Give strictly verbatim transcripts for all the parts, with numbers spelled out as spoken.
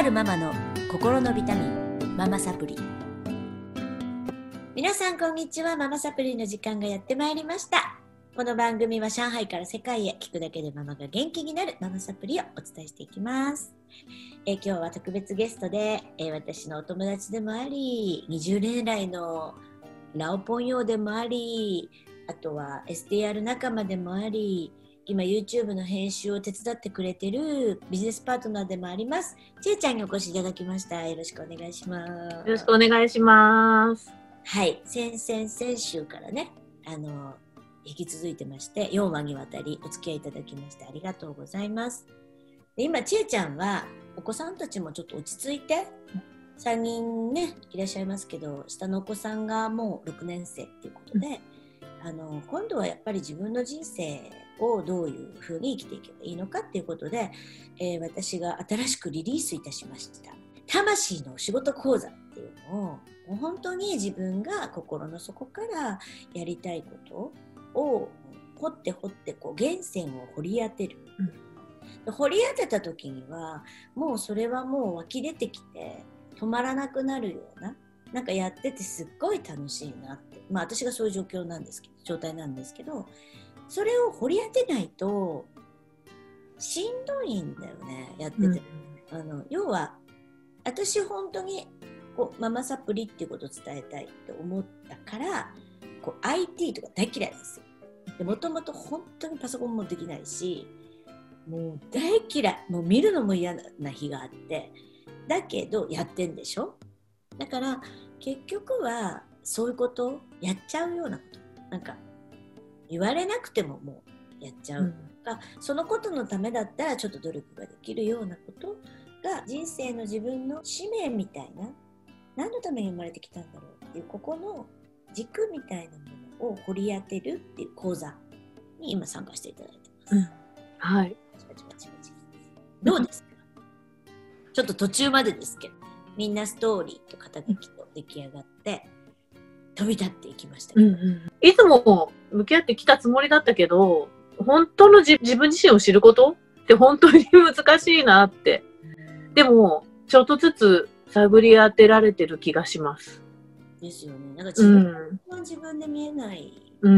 るママの心のビタミン、ママサプリ。皆さんこんにちは。ママサプリの時間がやってまいりました。この番組は上海から世界へ聞くだけでママが元気になるママサプリをお伝えしていきます。えー、今日は特別ゲストで、えー、私のお友達でもあり、にじゅうねん来のラオポンヨーでもあり、あとは エスディーアール 仲間でもあり、今 YouTube の編集を手伝ってくれてるビジネスパートナーでもありますちえちゃんにお越しいただきました。よろしくお願いします。 よろしくお願いします。 はい、先々先週からね、あの引き続いてまして、よんわにわたりお付き合いいただきましてありがとうございます。で今ちえちゃんはお子さんたちもちょっと落ち着いて、さんにんねいらっしゃいますけど、下のお子さんがもうろくねん生っていうことで、あの今度はやっぱり自分の人生をどういうふうに生きていけばいいのかっていうことで、えー、私が新しくリリースいたしました魂のお仕事講座っていうのを、もう本当に自分が心の底からやりたいことを掘って掘ってこう源泉を掘り当てる、うん、掘り当てた時にはもうそれはもう湧き出てきて止まらなくなるような、なんかやっててすっごい楽しいなって、まあ私がそういう状況なんですけど、状態なんですけど、それを掘り当てないとしんどいんだよね、やってて、うん、あの要は私本当にこうママサプリっていうことを伝えたいと思ったから、こう アイティー とか大嫌いですよ。でもともと本当にパソコンもできないし、もう大嫌い、もう見るのも嫌な日があって、だけどやってんでしょ。だから結局はそういうことをやっちゃうようなこと、なんか言われなくてももうやっちゃうとか、うん、そのことのためだったらちょっと努力ができるようなことが人生の自分の使命みたいな、何のために生まれてきたんだろうっていう、ここの軸みたいなものを掘り当てるっていう講座に今参加していただいてます、うん、 はい。 どうですか？ちょっと途中までですけど、みんなストーリーと肩書きと出来上がって飛び立っていきましたけど、うんうん、 いつも向き合ってきたつもりだったけど、本当の自分自身を知ることって本当に難しいなって、うん、でもちょっとずつ探り当てられてる気がしますですよね。なんか自分は自分で見えない、 うん、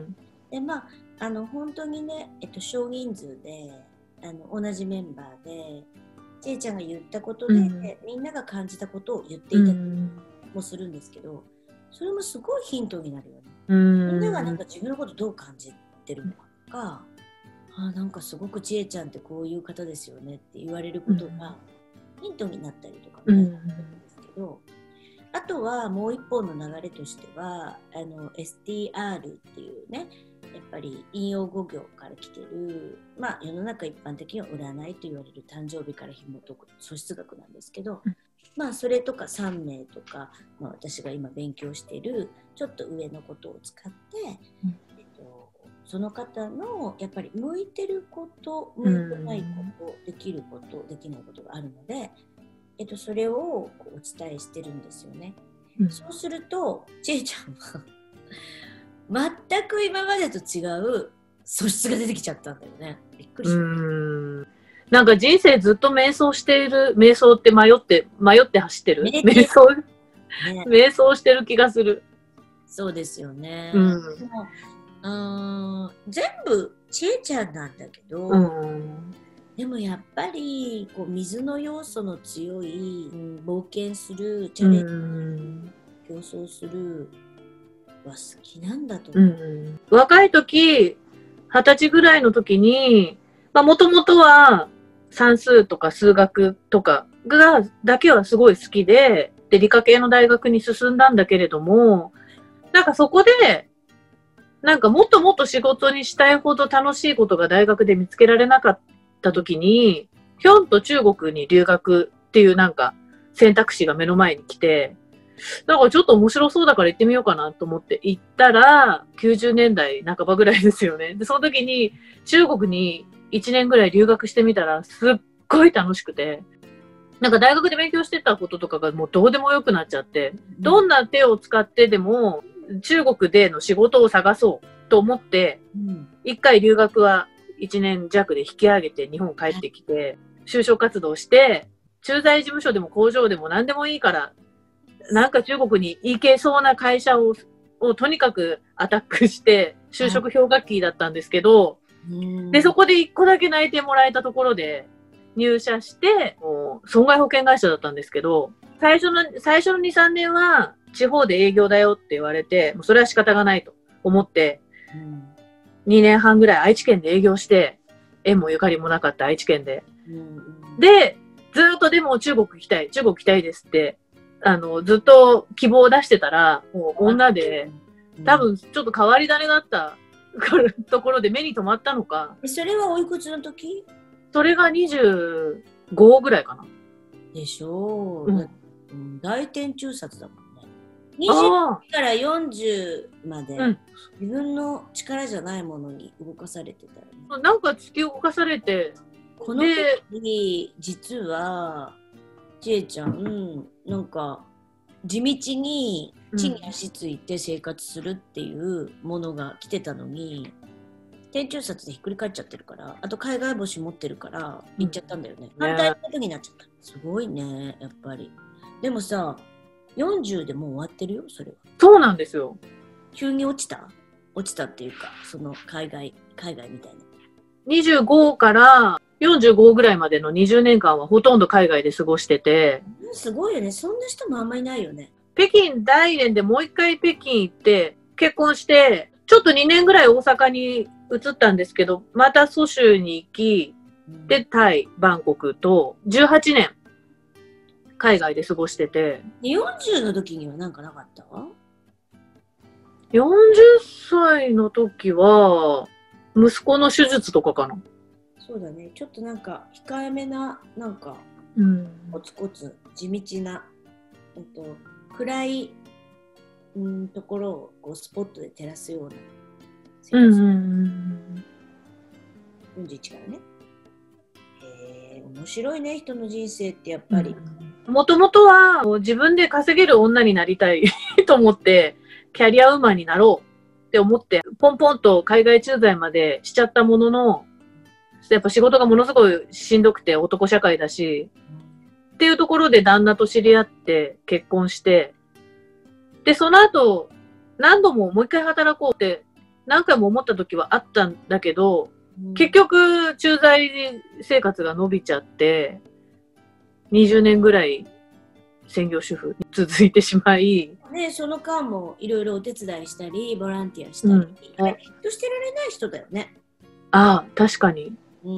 でまああの本当にね、えっと、少人数であの同じメンバーでちえちゃんが言ったことで、うん、みんなが感じたことを言っていたりもするんですけど、それもすごいヒントになるよね。みんながなんか自分のことどう感じてるのかとか、あ、なんかすごくちえちゃんってこういう方ですよねって言われることがヒントになったりとかもするんですけど、あとはもう一本の流れとしては、あの エスディーアール っていうね、やっぱり引用語行から来てる、まあ世の中一般的には占いと言われる誕生日から紐解く素質学なんですけど、うん、まあそれとか三名とか、まあ、私が今勉強しているちょっと上のことを使って、うん、えっと、その方のやっぱり向いてること、向いてないこと、うん、できること、できないことがあるので、えっと、それをこうお伝えしてるんですよね、うん、そうするとちえちゃんは全く今までと違う素質が出てきちゃったんだよね。びっくりした。うーん、なんか人生ずっと瞑想している、瞑想って迷って迷って走ってる瞑想、ね、瞑想してる気がする。 そうですよね、 うん、 でもうーん、全部ちえちゃんなんだけど、うん、でもやっぱりこう水の要素の強い、うん、冒険するチャレンジ、うん、競争するは好きなんだと思う、 うん、若い時二十歳ぐらいの時にもともとは算数とか数学とかがだけはすごい好きで、で理科系の大学に進んだんだけれども、なんかそこでなんかもっともっと仕事にしたいほど楽しいことが大学で見つけられなかった時に、ひょんと中国に留学っていうなんか選択肢が目の前に来て、なんかちょっと面白そうだから行ってみようかなと思って行ったら、きゅうじゅうねんだいなかばぐらいですよね。で、その時に中国にいちねんぐらい留学してみたらすっごい楽しくて、なんか大学で勉強してたこととかがもうどうでもよくなっちゃって、どんな手を使ってでも中国での仕事を探そうと思って、一回留学はいちねん弱で引き上げて日本帰ってきて、就職活動して、 駐在事務所でも工場でも何でもいいから、なんか中国に行けそうな会社を、をとにかくアタックして、就職氷河期だったんですけど、で、そこで一個だけ内定もらえたところで入社して、もう損害保険会社だったんですけど、最初の、最初のに、さんねんは地方で営業だよって言われて、もうそれは仕方がないと思って、うん、にねんはんぐらい愛知県で営業して、縁もゆかりもなかった愛知県で。うん、で、ずっとでも中国行きたい、中国行きたいですって、あの、ずっと希望を出してたら、もう女で、多分ちょっと変わり種だったところで目に留まったのか。 それはおいくつの時？ それがにじゅうごぐらいかな。 でしょう。うん、大天中殺だもんね。にじゅうからよんじゅうまで、うん、自分の力じゃないものに動かされてたよね。 なんか突き動かされて、 この時実はちえちゃん、うん、なんか地道に地に足ついて生活するっていうものが来てたのに、天中殺でひっくり返っちゃってるから、あと海外星持ってるから行っちゃったんだよね。うん、反対のことになっちゃった。すごいね、やっぱり。でもさ、よんじゅうでもう終わってるよ、それは。 そうなんですよ。 急に落ちた落ちたっていうか、その海外、海外みたいな。 にじゅうごからよんじゅうごぐらいまでのにじゅうねんかんはほとんど海外で過ごしてて。 すごいよね。そんな人もあんまりいないよね。 北京大連でもう一回北京行って結婚して、ちょっとにねんぐらい大阪に移ったんですけど、また蘇州に行き、で、タイ、バンコクとじゅうはちねん海外で過ごしてて。 よんじゅうの時にはなんかなかった？ よんじゅっさいの時は、息子の手術とかかな。 そうだね。ちょっとなんか控えめな、なんか、 うん、 コツコツ地道な、えっと、暗い、うん、ところをこうスポットで照らすような生活。うんうんうん、よんじゅういちからね。へえ、面白いね、人の人生ってやっぱり。 もともとは自分で稼げる女になりたいと思って、キャリアウーマンになろうって思って、ポンポンと海外駐在までしちゃったものの、やっぱ仕事がものすごいしんどくて男社会だし、っていうところで旦那と知り合って結婚して、で、その後、何度ももう一回働こうって何回も思った時はあったんだけど、うん、結局、駐在生活が伸びちゃって、にじゅうねんぐらい専業主婦に続いてしまい。 ね、その間もいろいろお手伝いしたり、ボランティアしたり、うん、人してられない人だよね。 ああ、確かに。うん、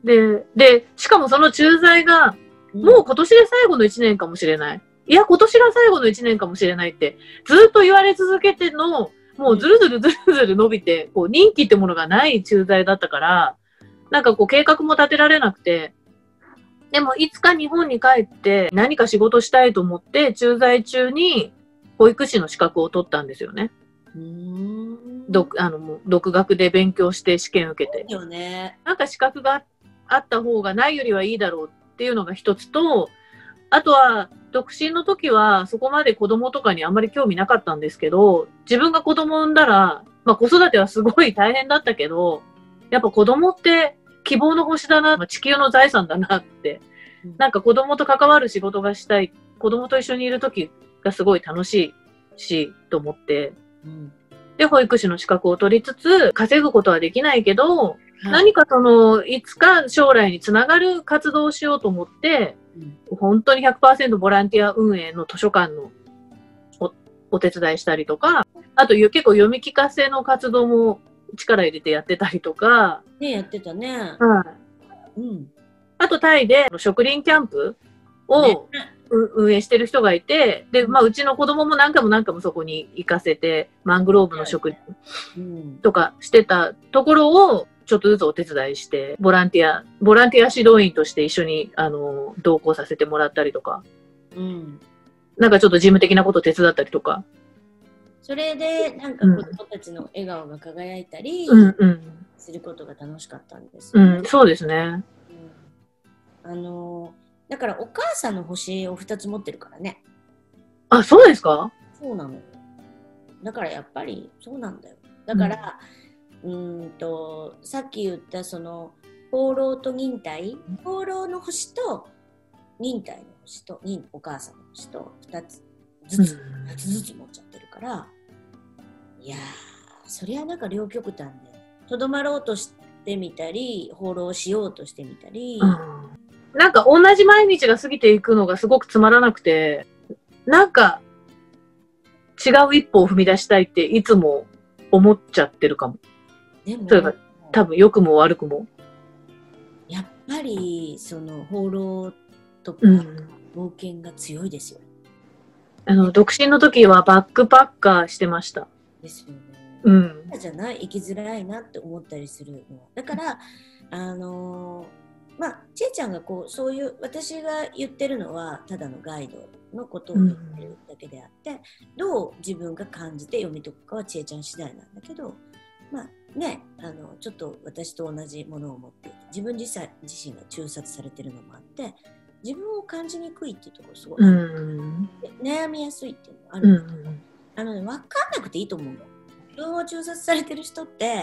で、で、しかもその駐在が、もう今年で最後のいちねんかもしれない。いや、今年が最後のいちねんかもしれないって、ずっと言われ続けての、もうずるずるずるずる伸びて、こう、任期ってものがない駐在だったから、なんかこう、計画も立てられなくて、でも、いつか日本に帰って何か仕事したいと思って、駐在中に保育士の資格を取ったんですよね。うーん独あのもう独学で勉強して試験受けて。 いいよね。 なんか資格があった方がないよりはいいだろうっていうのが一つと、あとは、独身の時はそこまで子供とかにあんまり興味なかったんですけど、自分が子供産んだら、まあ子育てはすごい大変だったけど、やっぱ子供って希望の星だな、地球の財産だなって、うん、なんか子供と関わる仕事がしたい、子供と一緒にいる時がすごい楽しいし、と思って、うん、で、保育士の資格を取りつつ、稼ぐことはできないけど、はい、何かその、いつか将来につながる活動をしようと思って、うん、本当に ひゃくパーセント ボランティア運営の図書館の お, お手伝いしたりとか、あと結構読み聞かせの活動も力入れてやってたりとか。 ね、やってたね。 はい。うん。あとタイで植林キャンプを、ね、運営してる人がいて、で、まあ、うちの子供も何回も何回もそこに行かせて、マングローブの植林とかしてたところを、ちょっとずつお手伝いして、ボランティア、ボランティア指導員として一緒に、あの、同行させてもらったりとか、うん。なんかちょっと事務的なこと手伝ったりとか。 それで、なんか子供たちの笑顔が輝いたり、うんうん、することが楽しかったんですよね。うん、そうですね。 うん、あの、だからお母さんの星をふたつ持ってるからね。 あ、そうですか？ そうなの。だからやっぱりそうなんだよ。だから、うん、うんとさっき言ったその放浪と忍耐、放浪の星と忍耐の星と忍お母さんの星とふたつずつ、 うんふたつずつ持っちゃってるから、いやーそりゃなんか両極端でとどまろうとしてみたり放浪しようとしてみたり、 うん、なんか同じ毎日が過ぎていくのがすごくつまらなくて、なんか違う一歩を踏み出したいっていつも思っちゃってるかも。 でもそれが多分良くも悪くも。 やっぱりその放浪とかうん冒険が強いですよ。 あの独身の時はバックパッカーしてました。 ですよね。 うん。 じゃない生きづらいなって思ったりするの。だからあのー、まあちえちゃんがこうそういう私が言ってるのはただのガイドのことを言ってるだけであって、うん、どう自分が感じて読み解くかはちえちゃん次第なんだけど、まあね、あのちょっと私と同じものを持っていて自分自身自身が中殺されてるのもあって自分を感じにくいっていうところすごい、うん、悩みやすいっていうのがあるんだけど、うん、あのね、分かんなくていいと思うの。自分を中殺されてる人って、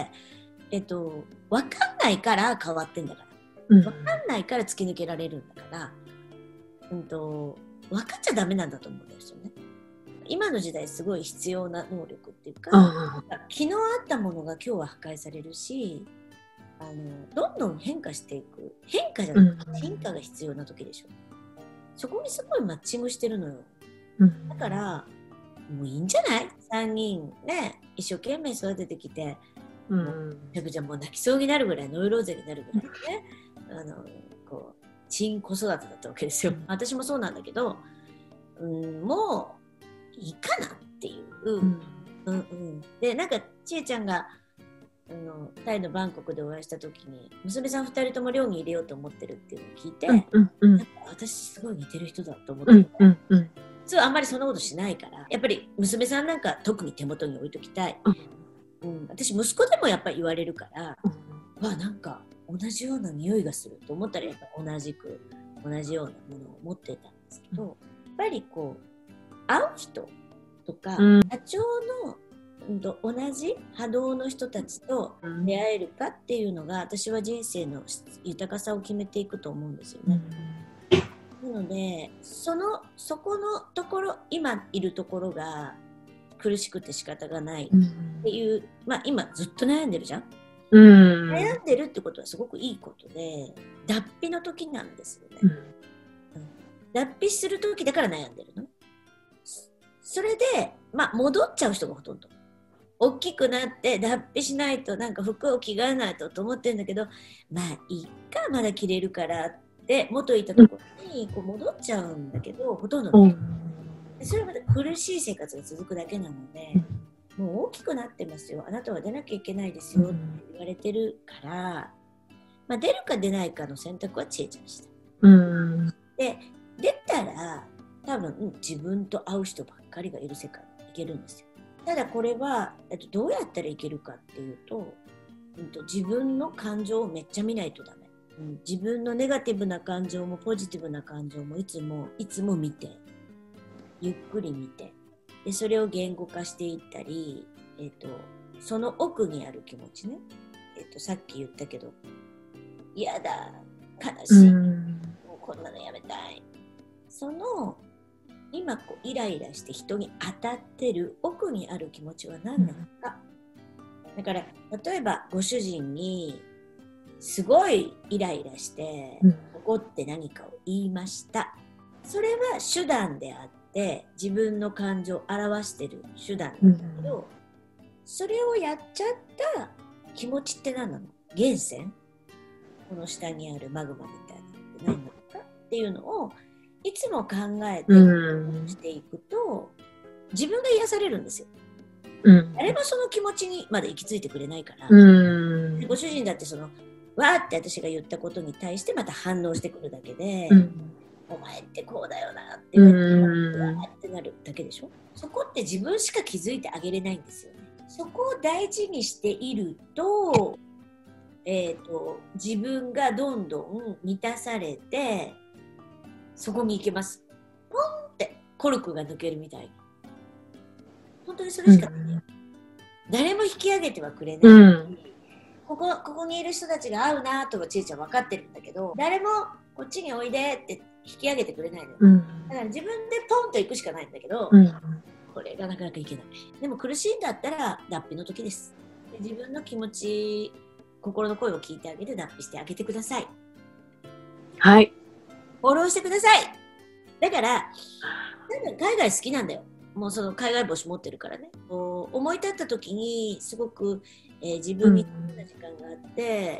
えっと、分かんないから変わってんだから、うん、分かんないから突き抜けられるんだから、うんと、分かっちゃダメなんだと思うんですよね。今の時代すごい必要な能力っていうか、昨日あったものが今日は破壊されるし、あのどんどん変化していく、変化じゃなくて進化が必要な時でしょ。そこにすごいマッチングしてるのよ。だからもういいんじゃない？さんにんね、一生懸命育ててきて、うん、めちゃくちゃもう泣きそうになるぐらいノイローゼになるぐらいね、あのこうチン子育てだったわけですよ。私もそうなんだけど、うん、もういいかなっていう、うんうんうん、でなんかちえちゃんがあのタイのバンコクでお会いした時に娘さんふたりとも寮に入れようと思ってるっていうのを聞いて、うんうんうん、なんか私すごい似てる人だと思って、うんうんうん、普通あんまりそんなことしないからやっぱり娘さんなんか特に手元に置いときたい、うん、私息子でもやっぱり言われるから、うん、わなんか同じような匂いがすると思ったらやっぱ同じく同じようなものを持ってたんですけど、うん、やっぱりこう会う人とか、うん、波長の、うん、と同じ波動の人たちと出会えるかっていうのが私は人生の豊かさを決めていくと思うんですよね、うん、なのでそのそこのところ今いるところが苦しくて仕方がないっていう、うん、まあ今ずっと悩んでるじゃん、うん、悩んでるってことはすごくいいことで脱皮の時なんですよね、うんうん、脱皮する時だから悩んでるの。それで、まあ、戻っちゃう人がほとんど。大きくなって脱皮しないとなんか服を着替えないとと思ってるんだけど、まあいいかまだ着れるからって元いたところにこう戻っちゃうんだけどほとんどね、うん、それはまた苦しい生活が続くだけなので、うん、もう大きくなってますよあなたは出なきゃいけないですよって言われてるから、まあ、出るか出ないかの選択はちえちゃんした、うん、で出たら多分自分と会う人ばっかりがいる世界に行けるんですよ。ただこれはどうやったらいけるかっていうと、自分の感情をめっちゃ見ないとダメ。自分のネガティブな感情もポジティブな感情もいつもいつも見て、ゆっくり見て、でそれを言語化していったり、えーと、その奥にある気持ちね、えーと、さっき言ったけど嫌だ、悲しい、もうこんなのやめたい、その今こうイライラして人に当たってる奥にある気持ちは何なのか、うん、だから例えばご主人にすごいイライラして怒って何かを言いました、それは手段であって自分の感情を表してる手段なんだけど、うん、それをやっちゃった気持ちって何なの、源泉、この下にあるマグマみたいなのって何なのかっていうのをいつも考えてしていくと、うん、自分が癒されるんですよ、うん、誰もその気持ちにまで行き着いてくれないから、うん、ご主人だってそのわーって私が言ったことに対してまた反応してくるだけで、うん、お前ってこうだよなって言われて、うん、わーってなるだけでしょ。そこって自分しか気づいてあげれないんですよね。そこを大事にしていると、えーと、自分がどんどん満たされてそこに行けます。ポンってコルクが抜けるみたいに。本当にそれしかない、うん、誰も引き上げてはくれない、うん、ここ、ここにいる人たちが合うなとはちえちゃん分かってるんだけど、誰もこっちにおいでって引き上げてくれないのよ。 うん。 だから自分でポンと行くしかないんだけど、 うん。 これがなかなかいけない。でも苦しいんだったら脱皮の時です。で自分の気持ち、心の声を聞いてあげて脱皮してあげてください。 はい。 フォローしてください。だから、なんか海外好きなんだよ。もうその海外帽子持ってるからね。こう思い立った時にすごく、えー自分に必要な時間があって、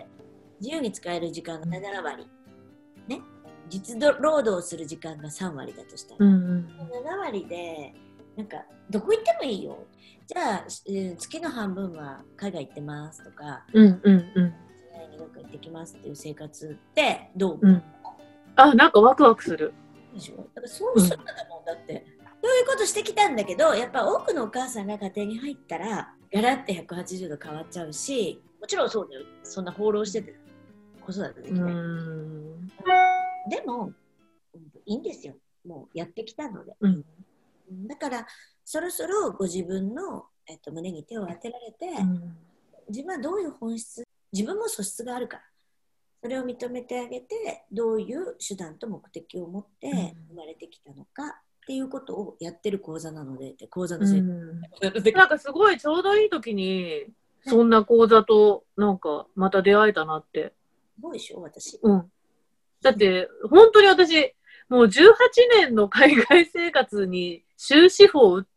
自由に使える時間がなな割。ね。実労働する時間がさん割だとしたら、 うんうん。 なな割で、なんかどこ行ってもいいよ。じゃあ、えー月の半分は海外行ってますとか、 うんうんうん。 海外にどっか行ってきますっていう生活ってどう、 うん。あ、なんかワクワクする。 でしょ。だからそうするんだもん、だってそういうことしてきたんだけど、やっぱ多くのお母さんが家庭に入ったらガラッてひゃくはちじゅうど変わっちゃうし、もちろんそうだよ。そんな放浪してて子育てできうない、 ん。 でもいいんですよ。もうやってきたので、 うん。 だからそろそろご自分の、えっと、胸に手を当てられて、 うん。 自分はどういう本質、自分も素質があるから、それを認めてあげて、どういう手段と目的を持って生まれてきたのかっていうことをやってる講座なので、で講座のうせい、 ん。なんかすごいちょうどいい時に、そんな講座となんかまた出会えたなって。 すごいでしょ、私。 うん。だって、本当に私、もうじゅうはちねんの海外生活に終止符を打って、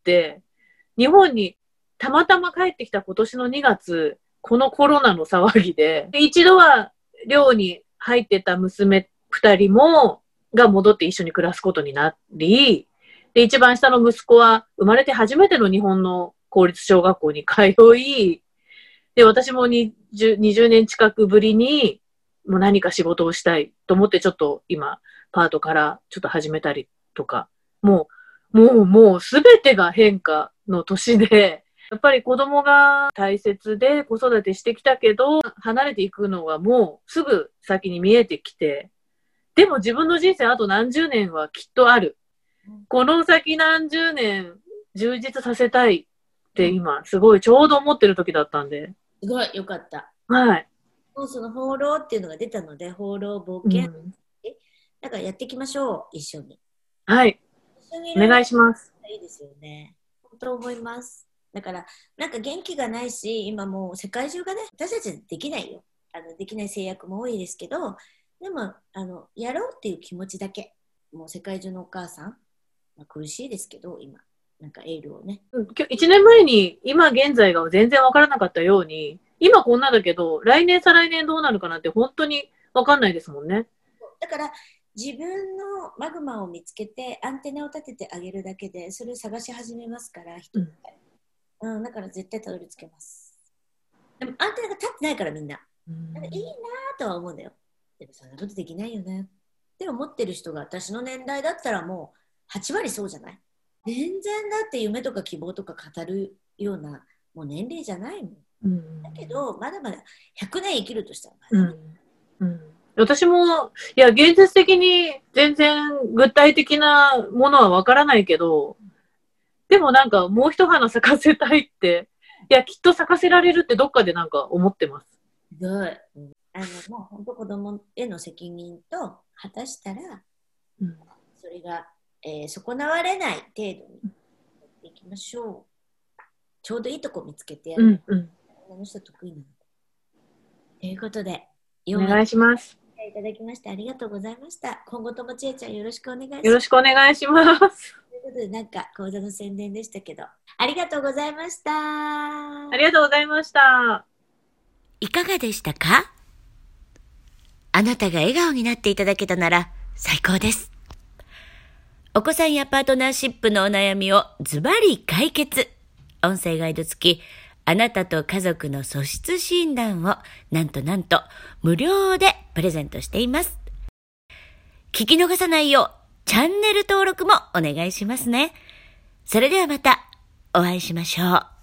日本にたまたま帰ってきた今年のにがつ、このコロナの騒ぎで、で一度は寮に入ってた娘二人も、が戻って一緒に暮らすことになり、で、一番下の息子は生まれて初めての日本の公立小学校に通い、で、私もにじゅう、にじゅうねん近くぶりに、もう何か仕事をしたいと思ってちょっと今、パートからちょっと始めたりとか、もう、もう、もうすべてが変化の年で、やっぱり子供が大切で子育てしてきたけど、離れていくのがもうすぐ先に見えてきて、でも自分の人生あと何十年はきっとある。この先何十年充実させたいって今、すごいちょうど思ってる時だったんで。 すごいよかった。 はい。 もうその放浪っていうのが出たので、放浪冒険、 うん、 だからやっていきましょう、一緒に。 はい。 一緒にお願いします。 いいですよね。本当思います。だから、なんか元気がないし、今もう世界中がね、私たちできないよ。あのできない制約も多いですけど、でもあの、やろうっていう気持ちだけ、もう世界中のお母さん、まあ、苦しいですけど、今、なんかエールをね。 いちねんまえに今現在が全然わからなかったように、今こんなだけど、来年再来年どうなるかなって本当にわかんないですもんね。 だから、自分のマグマを見つけてアンテナを立ててあげるだけでそれを探し始めますから、人って、うんうん、だから絶対たどり着けます。でもアンテナが立ってないからみんな、うん、なんかいいなとは思うんだよ。でもそんなことできないよねって思ってる人が私の年代だったらもうはち割そうじゃない。全然だって夢とか希望とか語るようなもう年齢じゃないもん、うん、だけどまだまだひゃくねん生きるとしたらまだまだ、 うんうん、私もいや現実的に全然具体的なものはわからないけど、でもなんかもう一花咲かせたいっていやきっと咲かせられるってどっかでなんか思ってます。 すごい、うん、あのもう本当子供への責任と果たしたら、うん、それが、えー、損なわれない程度にやっていきましょう。ちょうどいいとこ見つけてやる、うんうん、あの人得意なので。ということでお願いします。 いただきましてありがとうございました。今後ともちえちゃんよろしくお願いします。 よろしくお願いします。 ということでなんか講座の宣伝でしたけど、ありがとうございました。 ありがとうございました。 いかがでしたか？あなたが笑顔になっていただけたなら最高です。お子さんやパートナーシップのお悩みをズバリ解決。音声ガイド付き、あなたと家族の素質診断をなんとなんと無料でプレゼントしています。聞き逃さないようチャンネル登録もお願いしますね。それではまたお会いしましょう。